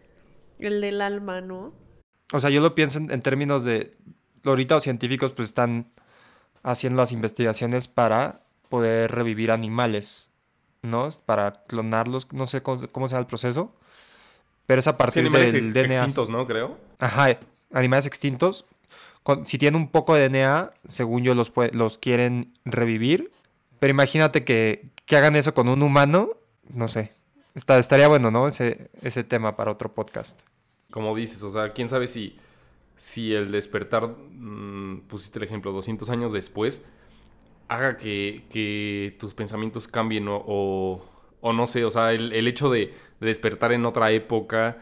el del alma, ¿no? O sea, yo lo pienso en, en términos de, ahorita los científicos pues están haciendo las investigaciones para poder revivir animales, ¿no? Para clonarlos, no sé cómo, cómo sea el proceso, pero es a Sí, partir animales del ex- D N A. extintos, ¿no? Creo. Ajá, animales extintos. Con- si tienen un poco de D N A, según yo, los, pue- los quieren revivir. Pero imagínate que, que hagan eso con un humano, no sé. Está, estaría bueno, ¿no? Ese, ese tema para otro podcast. Como dices, o sea, quién sabe si, si el despertar, mmm, pusiste el ejemplo, doscientos años después, haga que, que tus pensamientos cambien o, o, o no sé, o sea, el, el hecho de, de despertar en otra época,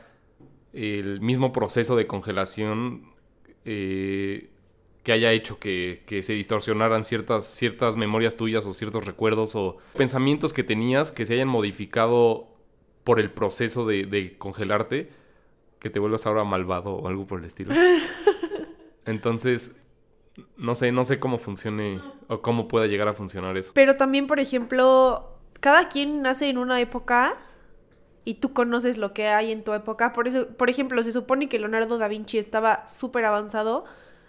el mismo proceso de congelación eh, que haya hecho que, que se distorsionaran ciertas, ciertas memorias tuyas o ciertos recuerdos o pensamientos que tenías que se hayan modificado por el proceso de, de congelarte, que te vuelvas ahora malvado o algo por el estilo. Entonces, no sé, no sé cómo funcione o cómo pueda llegar a funcionar eso. Pero también, por ejemplo, cada quien nace en una época y tú conoces lo que hay en tu época. Por eso, por ejemplo, se supone que Leonardo da Vinci estaba súper avanzado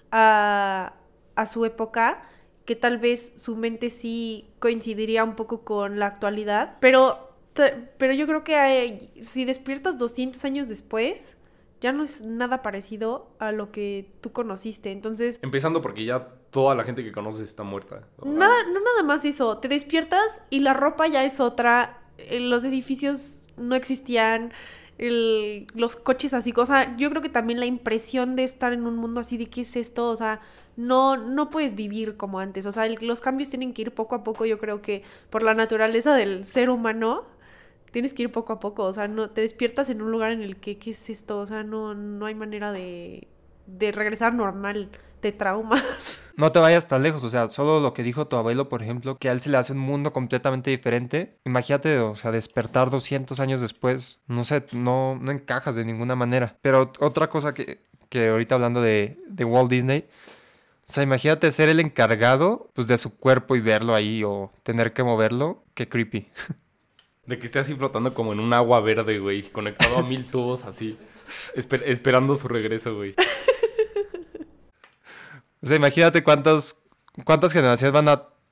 a, a su época, que tal vez su mente sí coincidiría un poco con la actualidad, pero, te- pero yo creo que hay- si despiertas doscientos años después, ya no es nada parecido a lo que tú conociste. Entonces, Empezando porque ya toda la gente que conoces está muerta. nada, no nada más eso. Te despiertas y la ropa ya es otra. eh, Los edificios no existían. el- los coches así. O sea, yo creo que también la impresión de estar en un mundo así de qué es esto. O sea, no, no puedes vivir como antes. O sea, el- los cambios tienen que ir poco a poco. Yo creo que por la naturaleza del ser humano, tienes que ir poco a poco. O sea, no te despiertas en un lugar en el que, ¿qué es esto? O sea, no, no hay manera de, de regresar normal. Te traumas. No te vayas tan lejos, o sea, solo lo que dijo tu abuelo, por ejemplo, que a él se le hace un mundo completamente diferente. Imagínate, o sea, despertar doscientos años después, no sé, no, no encajas de ninguna manera. Pero otra cosa que, que ahorita hablando de, de Walt Disney, o sea, imagínate ser el encargado, pues, de su cuerpo y verlo ahí o tener que moverlo, qué creepy. De que esté así flotando como en un agua verde, güey. Conectado a mil tubos así. esper- esperando su regreso, güey. O sea, imagínate cuántas, cuántas generaciones van a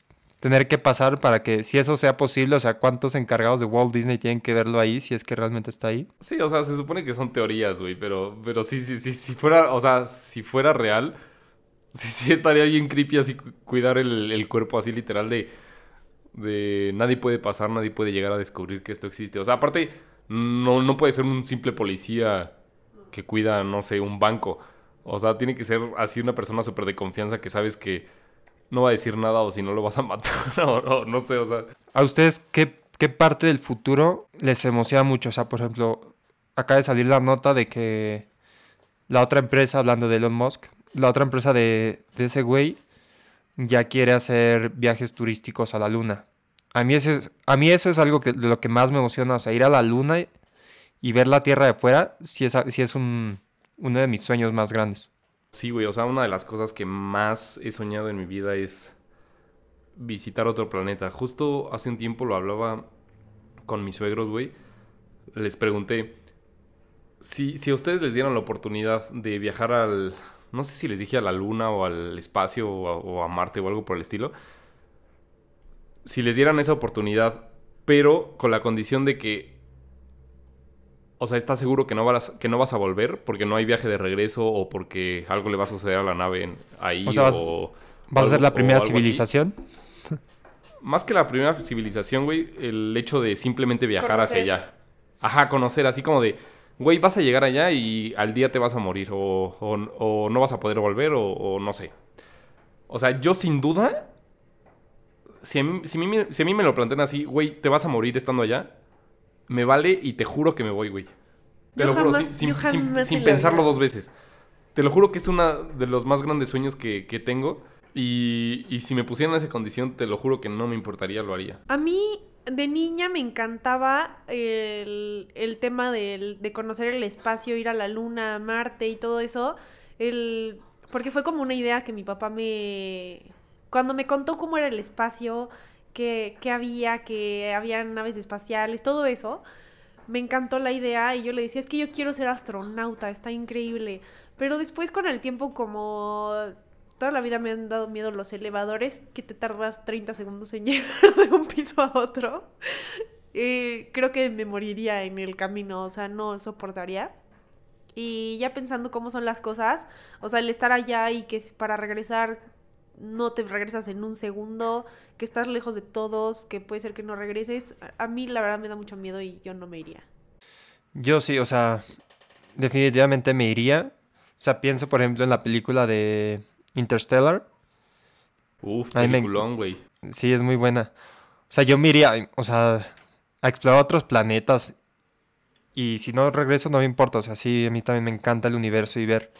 tener que pasar para que, si eso sea posible, o sea, cuántos encargados de Walt Disney tienen que verlo ahí, si es que realmente está ahí. Sí, o sea, se supone que son teorías, güey, pero, pero sí, sí, sí, si fuera, o sea, si fuera real, sí, sí estaría bien creepy así cu- cuidar el, el cuerpo así literal de, de nadie puede pasar, nadie puede llegar a descubrir que esto existe. O sea, aparte, no, no puede ser un simple policía que cuida, no sé, un banco. O sea, tiene que ser así una persona súper de confianza que sabes que no va a decir nada o si no lo vas a matar o no, no sé, o sea. ¿A ustedes qué, qué parte del futuro les emociona mucho? O sea, por ejemplo, acaba de salir la nota de que la otra empresa, hablando de Elon Musk, la otra empresa de, de ese güey ya quiere hacer viajes turísticos a la luna. A mí, ese es- a mí eso es algo que, de lo que más me emociona, o sea, ir a la luna y, y ver la Tierra de fuera, sí es, a- sí es un, uno de mis sueños más grandes. Sí, güey, o sea, una de las cosas que más he soñado en mi vida es visitar otro planeta. Justo hace un tiempo lo hablaba con mis suegros, güey. Les pregunté si, si a ustedes les dieran la oportunidad de viajar al... No sé si les dije a la luna o al espacio o a, o a Marte o algo por el estilo. Si les dieran esa oportunidad, pero con la condición de que... O sea, ¿estás seguro que no, vas, que no vas a volver? Porque no hay viaje de regreso o porque algo le va a suceder a la nave en- ahí O sea, vas- o... ¿Vas a ser algo- la primera o algo así. civilización? Más que la primera civilización, güey, el hecho de simplemente viajar hacia Conocer. allá. Ajá, conocer, así como de, güey, vas a llegar allá y al día te vas a morir, o, o, o no vas a poder volver, o, o no sé. O sea, yo sin duda, si a, mí, si, a mí, me- si a mí me lo plantean así, güey, te vas a morir estando allá, me vale y te juro que me voy, güey. Te Yo lo juro, jamás- sin, sin- yo sin- jamás sin en la pensarlo vida. dos veces. Te lo juro que es uno de los más grandes sueños que, que tengo. Y, y si me pusieran en esa condición, te lo juro que no me importaría, lo haría. A mí, de niña, me encantaba el, el tema del- de conocer el espacio, ir a la luna, a Marte y todo eso. El, porque fue como una idea que mi papá me... Cuando me contó cómo era el espacio, que, que había, que había naves espaciales, todo eso, me encantó la idea y yo le decía, es que yo quiero ser astronauta, está increíble. Pero después con el tiempo, como toda la vida me han dado miedo los elevadores, que te tardas treinta segundos en llegar de un piso a otro, eh, creo que me moriría en el camino, o sea, no soportaría. Y ya pensando cómo son las cosas, o sea, el estar allá y que es para regresar no te regresas en un segundo, que estás lejos de todos, que puede ser que no regreses, a a mí la verdad me da mucho miedo y yo no me iría. Yo sí, o sea, definitivamente me iría. O sea, pienso, por ejemplo, en la película de Interstellar. Uf, A mí me- peliculón, güey. Sí, es muy buena. O sea, yo me iría, o sea, a explorar otros planetas. Y si no regreso, no me importa. O sea, sí, a mí también me encanta el universo y ver,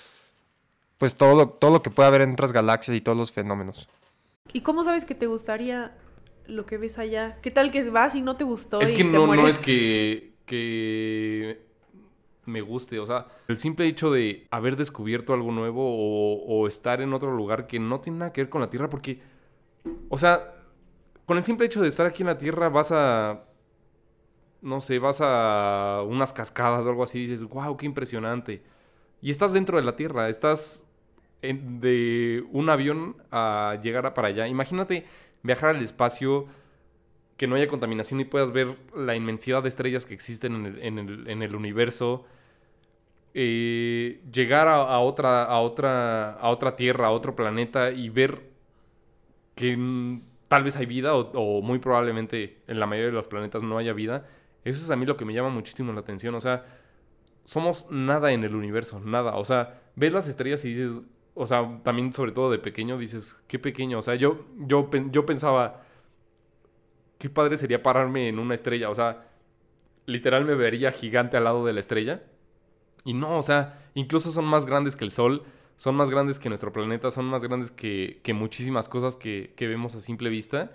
pues, todo lo, todo lo que puede haber en otras galaxias y todos los fenómenos. ¿Y cómo sabes que te gustaría lo que ves allá? ¿Qué tal que vas y no te gustó Es y que te no, no mueres? es que, que me guste, o sea, el simple hecho de haber descubierto algo nuevo o, o estar en otro lugar que no tiene nada que ver con la Tierra, porque, o sea, con el simple hecho de estar aquí en la Tierra vas a, no sé, vas a unas cascadas o algo así y dices, wow, qué impresionante. Y estás dentro de la Tierra, estás en- de un avión a llegar a para allá. Imagínate viajar al espacio, que no haya contaminación y puedas ver la inmensidad de estrellas que existen en el, en el- en el universo. Eh, llegar a, a otra, a, otra, a otra tierra, a otro planeta y ver que mm, tal vez hay vida o, o muy probablemente en la mayoría de los planetas no haya vida. Eso es a mí lo que me llama muchísimo la atención. O sea, somos nada en el universo, nada. O sea, ves las estrellas y dices, o sea, también sobre todo de pequeño dices, qué pequeño. O sea, yo, yo, pen- yo pensaba, qué padre sería pararme en una estrella. O sea, literal me vería gigante al lado de la estrella. Y no, o sea, incluso son más grandes que el Sol, son más grandes que nuestro planeta, son más grandes que, que muchísimas cosas que, que vemos a simple vista.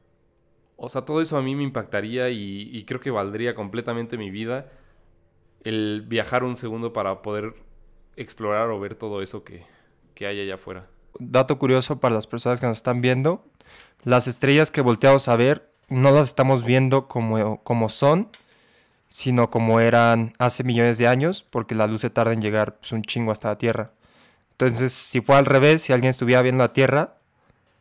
O sea, todo eso a mí me impactaría y, y creo que valdría completamente mi vida el viajar un segundo para poder explorar o ver todo eso que, que hay allá afuera. Dato curioso para las personas que nos están viendo, las estrellas que volteamos a ver no las estamos viendo como, como son, sino como eran hace millones de años, porque la luz se tarda en llegar pues, un chingo hasta la Tierra. Entonces, si fue al revés, si alguien estuviera viendo la Tierra,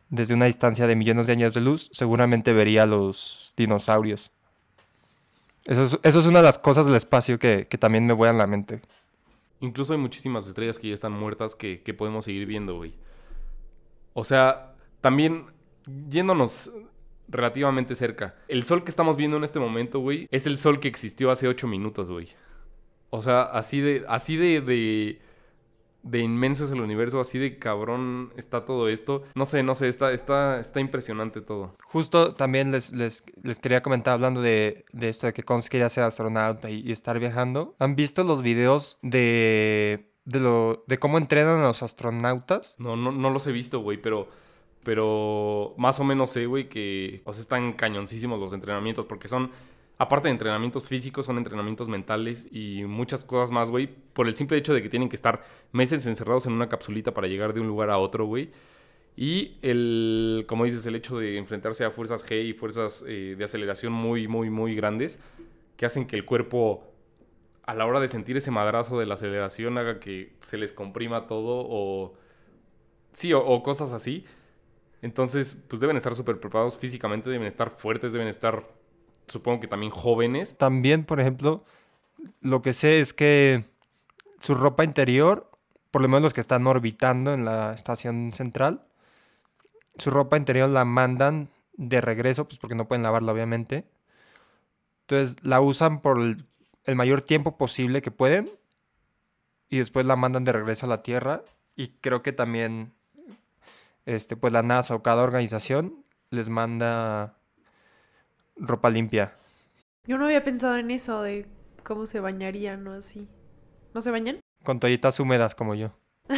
desde una distancia de millones de años de luz, seguramente vería los dinosaurios. Eso es, eso es una de las cosas del espacio que, que también me vuelan la mente. Incluso hay muchísimas estrellas que ya están muertas que, que podemos seguir viendo, güey. O sea, también yéndonos relativamente cerca. El sol que estamos viendo en este momento, güey, es el sol que existió hace ocho minutos, güey. O sea, así de, así de, de, de inmenso es el universo, así de cabrón está todo esto. No sé, no sé, está, está, está impresionante todo. Justo también les, les, les quería comentar hablando de, de esto de que Cons quería ser astronauta y, y estar viajando. ¿Han visto los videos de, de, lo, de cómo entrenan a los astronautas? No, no, no los he visto, güey, pero... Pero más o menos sé, güey, que o sea, están cañoncísimos los entrenamientos porque son, aparte de entrenamientos físicos, son entrenamientos mentales y muchas cosas más, güey, por el simple hecho de que tienen que estar meses encerrados en una capsulita para llegar de un lugar a otro, güey. Y el, como dices, el hecho de enfrentarse a fuerzas G y fuerzas eh, de aceleración muy, muy, muy grandes que hacen que el cuerpo, a la hora de sentir ese madrazo de la aceleración, haga que se les comprima todo o... Sí, o, o cosas así. Entonces, pues deben estar súper preparados físicamente, deben estar fuertes, deben estar, supongo que también jóvenes. También, por ejemplo, lo que sé es que su ropa interior, por lo menos los que están orbitando en la estación central, su ropa interior la mandan de regreso, pues porque no pueden lavarla, obviamente. Entonces, la usan por el, el mayor tiempo posible que pueden y después la mandan de regreso a la Tierra. Y creo que también... Este, pues la NASA o cada organización les manda ropa limpia. Yo no había pensado en eso de cómo se bañarían o así. ¿No se bañan? Con toallitas húmedas como yo.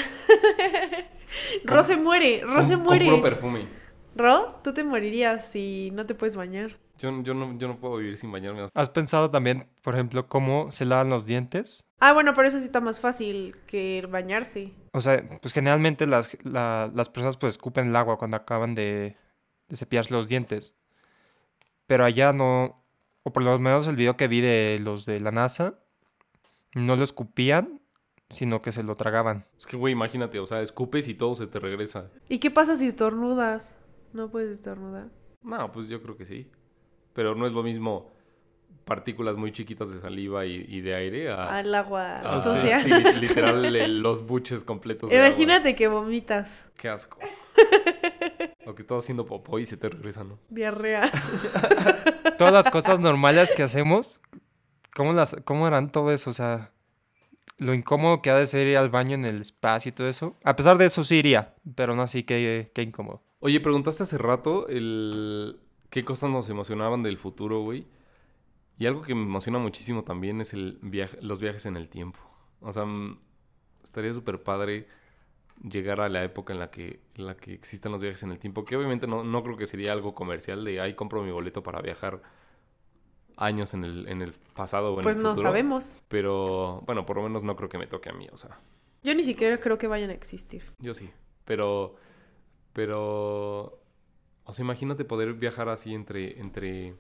Ro se muere, Ro se Con, muere. con puro perfume. Ro, tú te morirías si no te puedes bañar. Yo, yo, no, yo no puedo vivir sin bañarme. ¿Has pensado también, por ejemplo, cómo se lavan los dientes? Ah, bueno, pero eso sí está más fácil que bañarse. O sea, pues generalmente las, la- las personas pues escupen el agua cuando acaban de, de cepillarse los dientes. Pero allá no, o por lo menos el video que vi de los de la NASA, no lo escupían, sino que se lo tragaban. Es que, güey, imagínate, o sea, escupes y todo se te regresa. ¿Y qué pasa si estornudas? No puedes estornudar. No, pues yo creo que sí. Pero no es lo mismo partículas muy chiquitas de saliva y, y de aire a... Al agua a- sucia. sí, sí, literal, el- los buches completos de agua. Imagínate que vomitas. Qué asco. O que estás haciendo popó y se te regresa, ¿no? Diarrea. Todas las cosas normales que hacemos, ¿cómo, las, cómo harán todo eso? O sea, lo incómodo que ha de ser ir al baño en el espacio y todo eso. A pesar de eso sí iría, pero no así que, que incómodo. Oye, preguntaste hace rato el... qué cosas nos emocionaban del futuro, güey. Y algo que me emociona muchísimo también es el viaje, los viajes en el tiempo. O sea, mm, estaría súper padre llegar a la época en la que en la que existan los viajes en el tiempo. Que obviamente no, no creo que sería algo comercial de, ay, compro mi boleto para viajar años en el, en el pasado o en Pues el no futuro. sabemos. Pero, bueno, por lo menos no creo que me toque a mí, o sea... Yo ni siquiera creo que vayan a existir. Yo sí, pero, pero, o sea, imagínate poder viajar así entre, entre,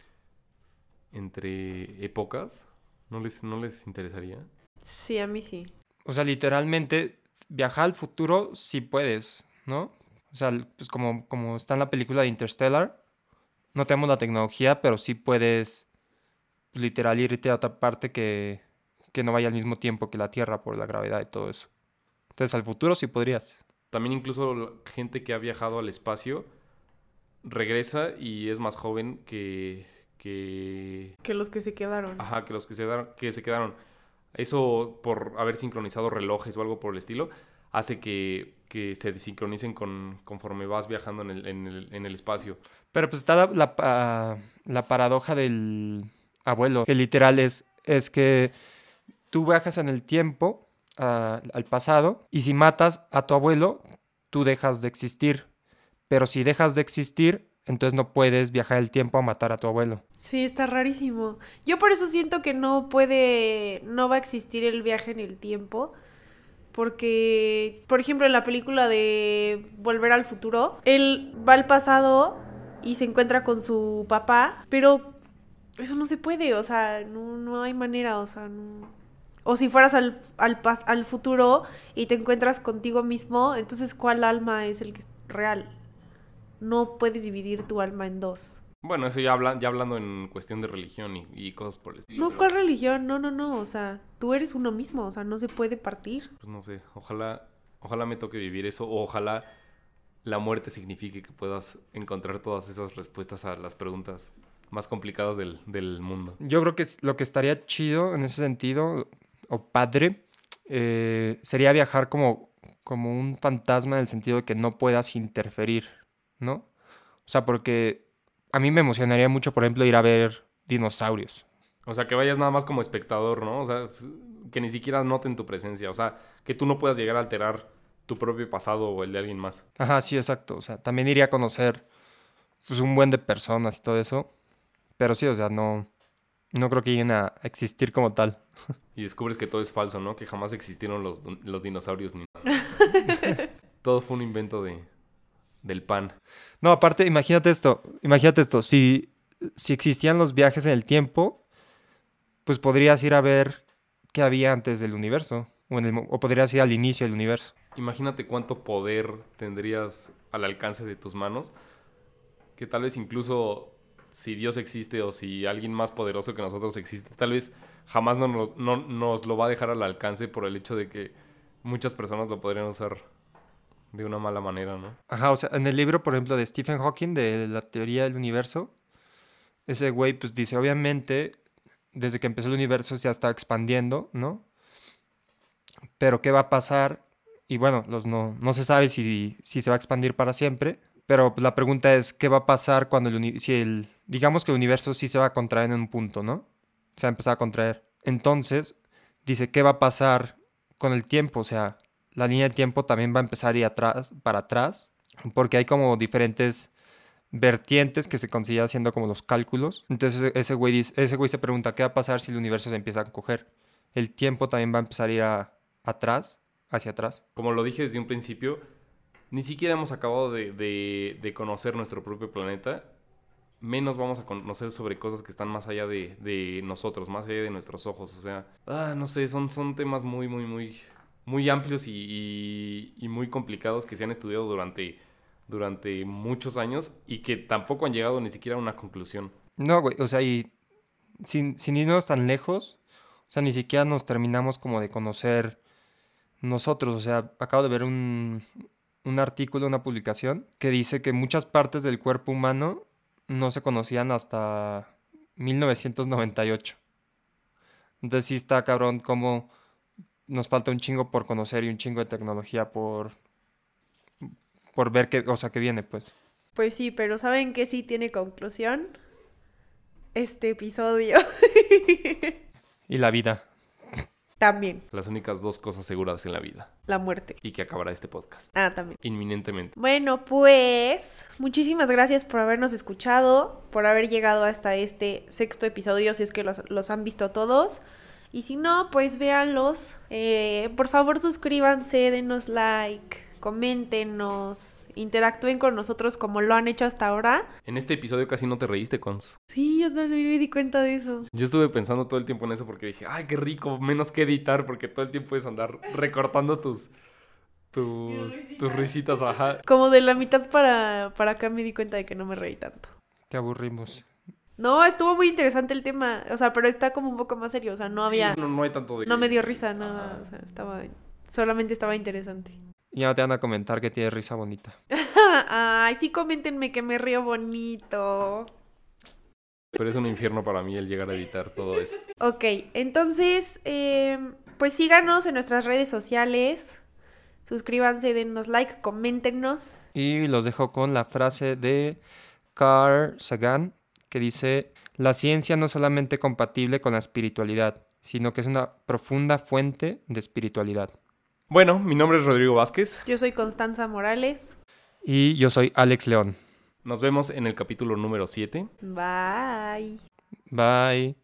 entre épocas. ¿No les, no les interesaría? Sí, a mí sí. O sea, literalmente, viajar al futuro sí puedes, ¿no? O sea, pues como, como está en la película de Interstellar, no tenemos la tecnología, pero sí puedes pues, literal irte a otra parte que, que no vaya al mismo tiempo que la Tierra por la gravedad y todo eso. Entonces, al futuro sí podrías. También incluso la gente que ha viajado al espacio regresa y es más joven que, que, Que los que se quedaron. ajá, que los que se, dar- que se quedaron. Eso por haber sincronizado relojes o algo por el estilo, hace que, que se desincronicen con, conforme vas viajando en el, en el, en el espacio. Pero pues está la, la, pa- la paradoja del abuelo, que literal es, es que tú viajas en el tiempo a- al pasado y si matas a tu abuelo, tú dejas de existir. Pero si dejas de existir, entonces no puedes viajar el tiempo a matar a tu abuelo. Sí, está rarísimo. Yo por eso siento que no puede, no va a existir el viaje en el tiempo. Porque, por ejemplo, en la película de Volver al Futuro, él va al pasado y se encuentra con su papá, pero eso no se puede, o sea, no, no hay manera, o sea, no... O si fueras al, al, pas- al futuro y te encuentras contigo mismo, entonces ¿cuál alma es el que es real? no puedes dividir tu alma en dos. Bueno, eso ya, habla, ya hablando en cuestión de religión y, y cosas por el estilo. No, pero, ¿cuál religión? No, no, no, o sea, tú eres uno mismo, o sea, no se puede partir. Pues no sé, ojalá, ojalá me toque vivir eso, o ojalá la muerte signifique que puedas encontrar todas esas respuestas a las preguntas más complicadas del, del mundo. Yo creo que es- lo que estaría chido en ese sentido, o padre, eh, sería viajar como, como un fantasma en el sentido de que no puedas interferir, ¿no? O sea, porque a mí me emocionaría mucho, por ejemplo, ir a ver dinosaurios. O sea, que vayas nada más como espectador, ¿no? O sea, s- que ni siquiera noten tu presencia. O sea, que tú no puedas llegar a alterar tu propio pasado o el de alguien más. Ajá, sí, exacto. O sea, también iría a conocer pues, un buen de personas y todo eso. Pero sí, o sea, no, no creo que lleguen a existir como tal. Y descubres que todo es falso, ¿no? Que jamás existieron los, los dinosaurios ni nada. Todo fue un invento de, del pan. No, aparte, imagínate esto, imagínate esto, si, si existían los viajes en el tiempo, pues podrías ir a ver qué había antes del universo, o, en el mo- o podrías ir al inicio del universo. Imagínate cuánto poder tendrías al alcance de tus manos. Que tal vez incluso si Dios existe o si alguien más poderoso que nosotros existe, tal vez jamás no nos, no nos lo va a dejar al alcance por el hecho de que muchas personas lo podrían usar de una mala manera, ¿no? Ajá, o sea, en el libro, por ejemplo, de Stephen Hawking, de la teoría del universo, ese güey pues dice, obviamente, desde que empezó el universo se está expandiendo, ¿no? Pero ¿qué va a pasar? Y bueno, los no, no se sabe si, si se va a expandir para siempre, pero pues, la pregunta es, ¿qué va a pasar cuando el, uni- si el, digamos que el universo sí se va a contraer en un punto, ¿no? Se va a empezar a contraer. Entonces, dice, ¿qué va a pasar con el tiempo? O sea, la línea del tiempo también va a empezar a ir atrás, para atrás, porque hay como diferentes vertientes que se consiguen haciendo como los cálculos. Entonces ese- ese güey, dice- ese güey se pregunta, ¿qué va a pasar si el universo se empieza a coger? El tiempo también va a empezar a ir a- atrás, hacia atrás. Como lo dije desde un principio, ni siquiera hemos acabado de, de- de conocer nuestro propio planeta. Menos vamos a conocer sobre cosas que están más allá de, de nosotros, más allá de nuestros ojos. O sea, ah, no sé, son, son temas muy, muy, muy, muy amplios y, y- y muy complicados que se han estudiado durante, durante muchos años y que tampoco han llegado ni siquiera a una conclusión. No, güey, o sea, y sin, sin irnos tan lejos, o sea, ni siquiera nos terminamos como de conocer nosotros. O sea, acabo de ver un, un artículo, una publicación, que dice que muchas partes del cuerpo humano no se conocían hasta mil novecientos noventa y ocho. Entonces sí está cabrón como nos falta un chingo por conocer y un chingo de tecnología por, por ver qué, o sea, qué viene, pues. Pues sí, pero ¿saben qué sí tiene conclusión? Este episodio. Y la vida. También, Las únicas dos cosas seguras en la vida. la muerte. Y que acabará este podcast. Ah, también. Inminentemente. Bueno, pues muchísimas gracias por habernos escuchado, por haber llegado hasta este sexto episodio, si es que los, los han visto todos. Y si no, pues véanlos. Eh, por favor, suscríbanse, denos like, coméntenos, interactúen con nosotros como lo han hecho hasta ahora. En este episodio casi no te reíste, Cons. Sí, yo también me di cuenta de eso. Yo estuve pensando todo el tiempo en eso porque dije, ay, qué rico, menos que editar, porque todo el tiempo es andar recortando tus, tus, tus risitas, ajá. Como de la mitad para, para acá me di cuenta de que no me reí tanto. Te aburrimos. No, estuvo muy interesante el tema, o sea, pero está como un poco más serio, o sea, no había, Sí, no, no hay tanto de no que- me dio risa, nada, o sea, estaba, solamente estaba interesante. Y ya te van a comentar que tienes risa bonita. Ay, sí, coméntenme que me río bonito. Pero es un infierno para mí el llegar a editar todo eso. Ok, entonces, eh, pues síganos en nuestras redes sociales, suscríbanse, denos like, coméntenos. Y los dejo con la frase de Carl Sagan, que dice, la ciencia no es solamente compatible con la espiritualidad, sino que es una profunda fuente de espiritualidad. Bueno, mi nombre es Rodrigo Vázquez. Yo soy Constanza Morales. Y yo soy Alex León. Nos vemos en el capítulo número siete. Bye. Bye.